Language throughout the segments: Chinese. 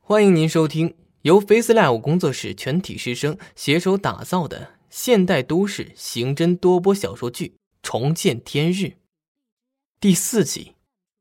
欢迎您收听由 FaceLive 工作室全体师生携手打造的现代都市刑侦多播小说剧《重见天日》第4集。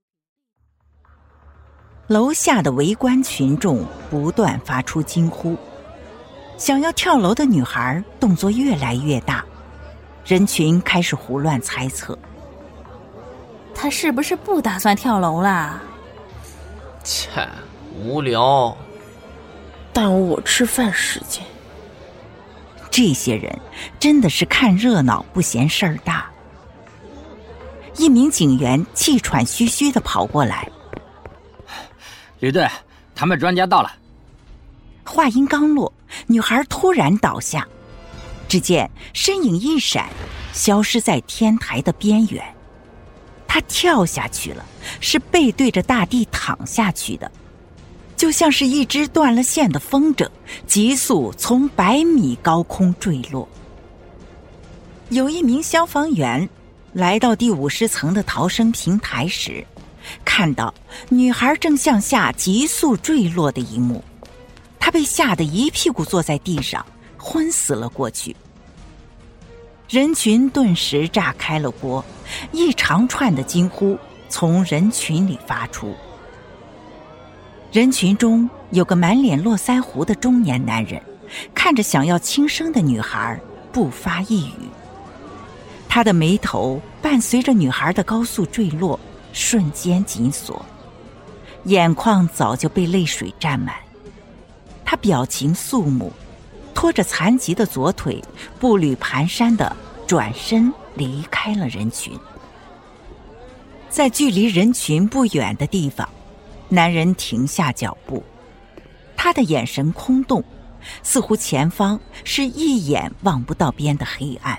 楼下的围观群众不断发出惊呼，想要跳楼的女孩动作越来越大，人群开始胡乱猜测， 她是不是不打算跳楼啦？ 切，无聊， 耽误我吃饭时间。 这些人真的是看热闹不嫌事儿大。一名警员气喘吁吁地跑过来， 吕队，他们专家到了。 话音刚落，女孩突然倒下，只见身影一闪，消失在天台的边缘。她跳下去了，是背对着大地躺下去的，就像是一只断了线的风筝，急速从100米高空坠落。有一名消防员来到第50层的逃生平台时，看到女孩正向下急速坠落的一幕，他被吓得一屁股坐在地上，昏死了过去。人群顿时炸开了锅，一长串的惊呼从人群里发出。人群中有个满脸络腮胡的中年男人，看着想要轻生的女孩不发一语。他的眉头伴随着女孩的高速坠落瞬间紧锁，眼眶早就被泪水占满。他表情肃穆，拖着残疾的左腿，步履蹒跚地转身离开了人群。在距离人群不远的地方，男人停下脚步，他的眼神空洞，似乎前方是一眼望不到边的黑暗。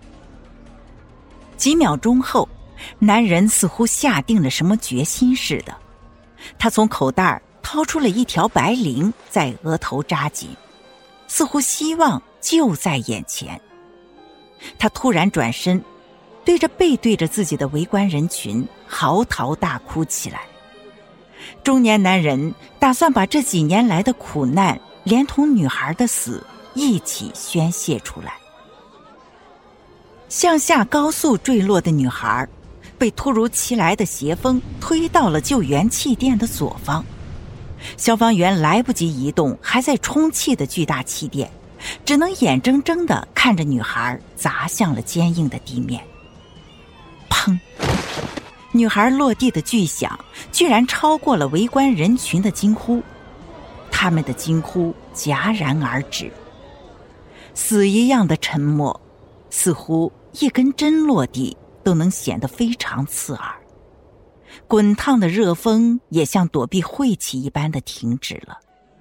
几秒钟后，男人似乎下定了什么决心似的，他从口袋掏出了一条白绫，在额头扎紧，似乎希望就在眼前。他突然转身，对着背对着自己的围观人群嚎啕大哭起来。中年男人打算把这几年来的苦难连同女孩的死一起宣泄出来。向下高速坠落的女孩被突如其来的斜风推到了救援气垫的左方，消防员来不及移动还在充气的巨大气垫，只能眼睁睁地看着女孩砸向了坚硬的地面。砰！女孩落地的巨响居然超过了围观人群的惊呼，他们的惊呼戛然而止，死一样的沉默，似乎一根针落地都能显得非常刺耳。滚烫的热风也像躲避晦气一般的停止了。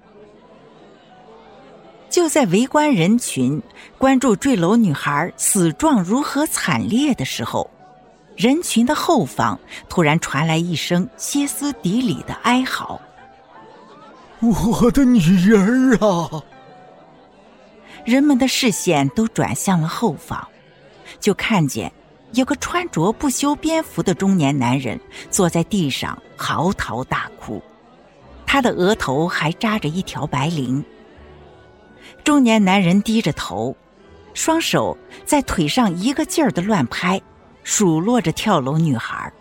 就在围观人群关注坠楼女孩死状如何惨烈的时候，人群的后方突然传来一声歇斯底里的哀嚎： 我的女儿啊！ 人们的视线都转向了后方，就看见有个穿着不修边幅的中年男人坐在地上嚎啕大哭，他的额头还扎着一条白绫。中年男人低着头，双手在腿上一个劲儿地乱拍，数落着跳楼女孩。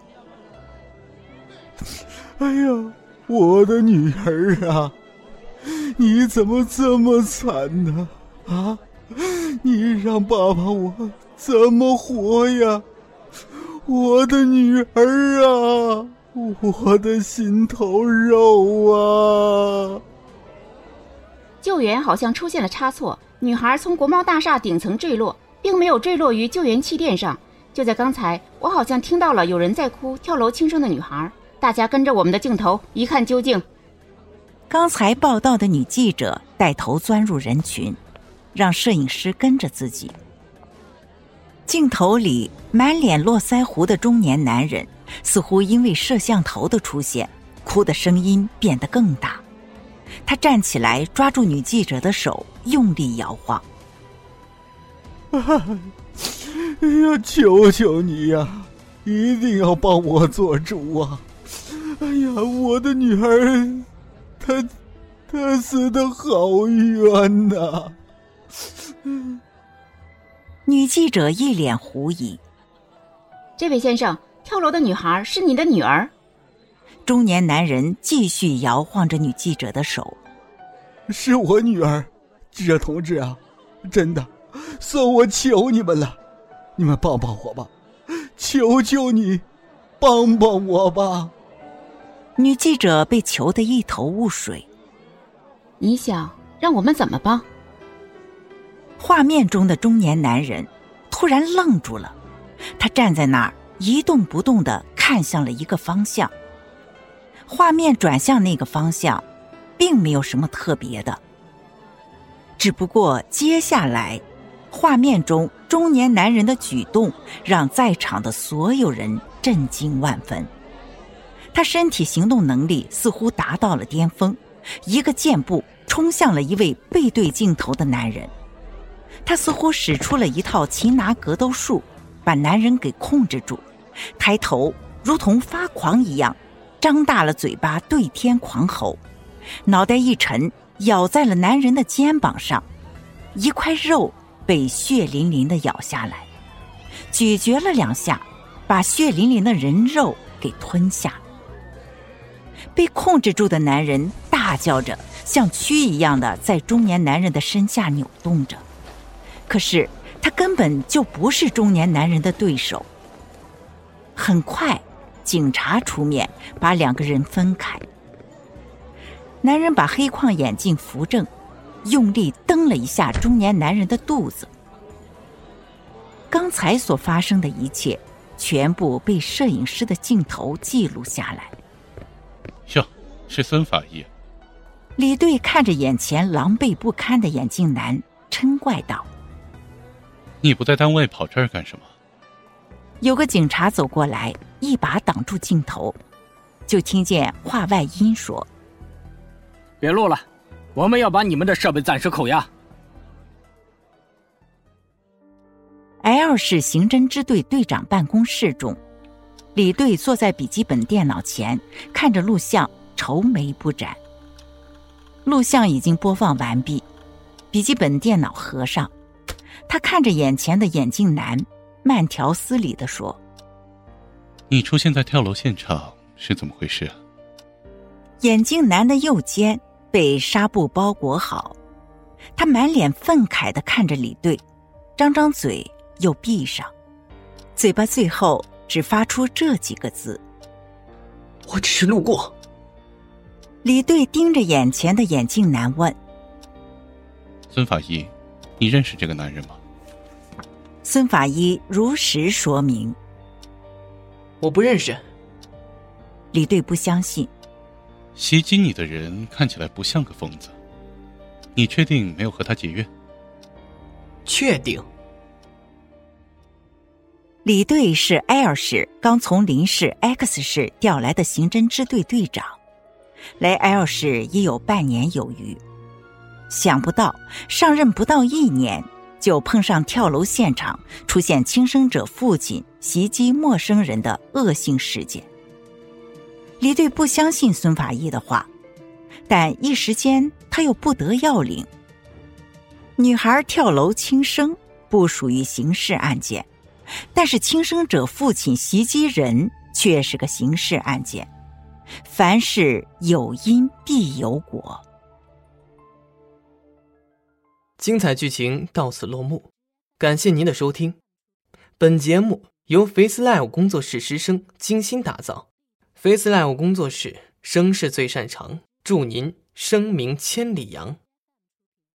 哎呀，我的女儿啊，你怎么这么惨呢？啊，你让爸爸我怎么活呀？我的女儿啊，我的心头肉啊！ 救援好像出现了差错，女孩从国贸大厦顶层坠落，并没有坠落于救援气垫上。就在刚才，我好像听到了有人在哭跳楼轻生的女孩。大家跟着我们的镜头一看究竟。 刚才报道的女记者带头钻入人群，让摄影师跟着自己。镜头里满脸络腮胡的中年男人似乎因为摄像头的出现，哭的声音变得更大。他站起来抓住女记者的手，用力摇晃。 哎呀，求求你呀，一定要帮我做主啊！哎呀，我的女儿，她死得好冤呐！ 女记者一脸狐疑。 这位先生，跳楼的女孩是你的女儿？ 中年男人继续摇晃着女记者的手。 是我女儿，记者同志啊，真的，算我求你们了，你们帮帮我吧，求求你，帮帮我吧。 女记者被求得一头雾水。 你想让我们怎么帮？ 画面中的中年男人突然愣住了，他站在那儿一动不动地看向了一个方向。画面转向那个方向，并没有什么特别的，只不过接下来画面中中年男人的举动让在场的所有人震惊万分。他身体行动能力似乎达到了巅峰，一个箭步冲向了一位背对镜头的男人。他似乎使出了一套擒拿格斗术，把男人给控制住，抬头如同发狂一样张大了嘴巴对天狂吼，脑袋一沉，咬在了男人的肩膀上，一块肉被血淋淋地咬下来，咀嚼了2下，把血淋淋的人肉给吞下。被控制住的男人大叫着，像蛆一样的在中年男人的身下扭动着，可是他根本就不是中年男人的对手。很快警察出面把2个人分开。男人把黑框眼镜扶正，用力蹬了一下中年男人的肚子。刚才所发生的一切全部被摄影师的镜头记录下来。 哟，是孙法医。 李队看着眼前狼狈不堪的眼镜男，嗔怪道： 你不在单位跑这儿干什么？ 有个警察走过来，一把挡住镜头，就听见话外音说： 别录了，我们要把你们的设备暂时扣押。 L 市刑侦支队队长办公室中，李队坐在笔记本电脑前，看着录像，愁眉不展。录像已经播放完毕，笔记本电脑合上，他看着眼前的眼镜男，慢条斯理地说： 你出现在跳楼现场是怎么回事啊？ 眼镜男的右肩被纱布包裹好，他满脸愤慨地看着李队，张张嘴又闭上，嘴巴最后只发出这几个字： 我只是路过。 李队盯着眼前的眼镜男问： 孙法医，你认识这个男人吗？ 孙法医如实说明。 我不认识。 李队不相信。 袭击你的人看起来不像个疯子，你确定没有和他结怨？ 确定。 李队是 L 市刚从邻市 X 市调来的刑侦支队队长，来 L 市已有半年有余。想不到上任不到1年，就碰上跳楼现场出现轻生者父亲袭击陌生人的恶性事件。李队不相信孙法医的话，但一时间他又不得要领。女孩跳楼轻生不属于刑事案件，但是轻生者父亲袭击人却是个刑事案件。凡事有因必有果。 精彩剧情到此落幕，感谢您的收听。本节目由 FaceLive 工作室师生精心打造。FaceLive 工作室声势最擅长，祝您声名千里扬。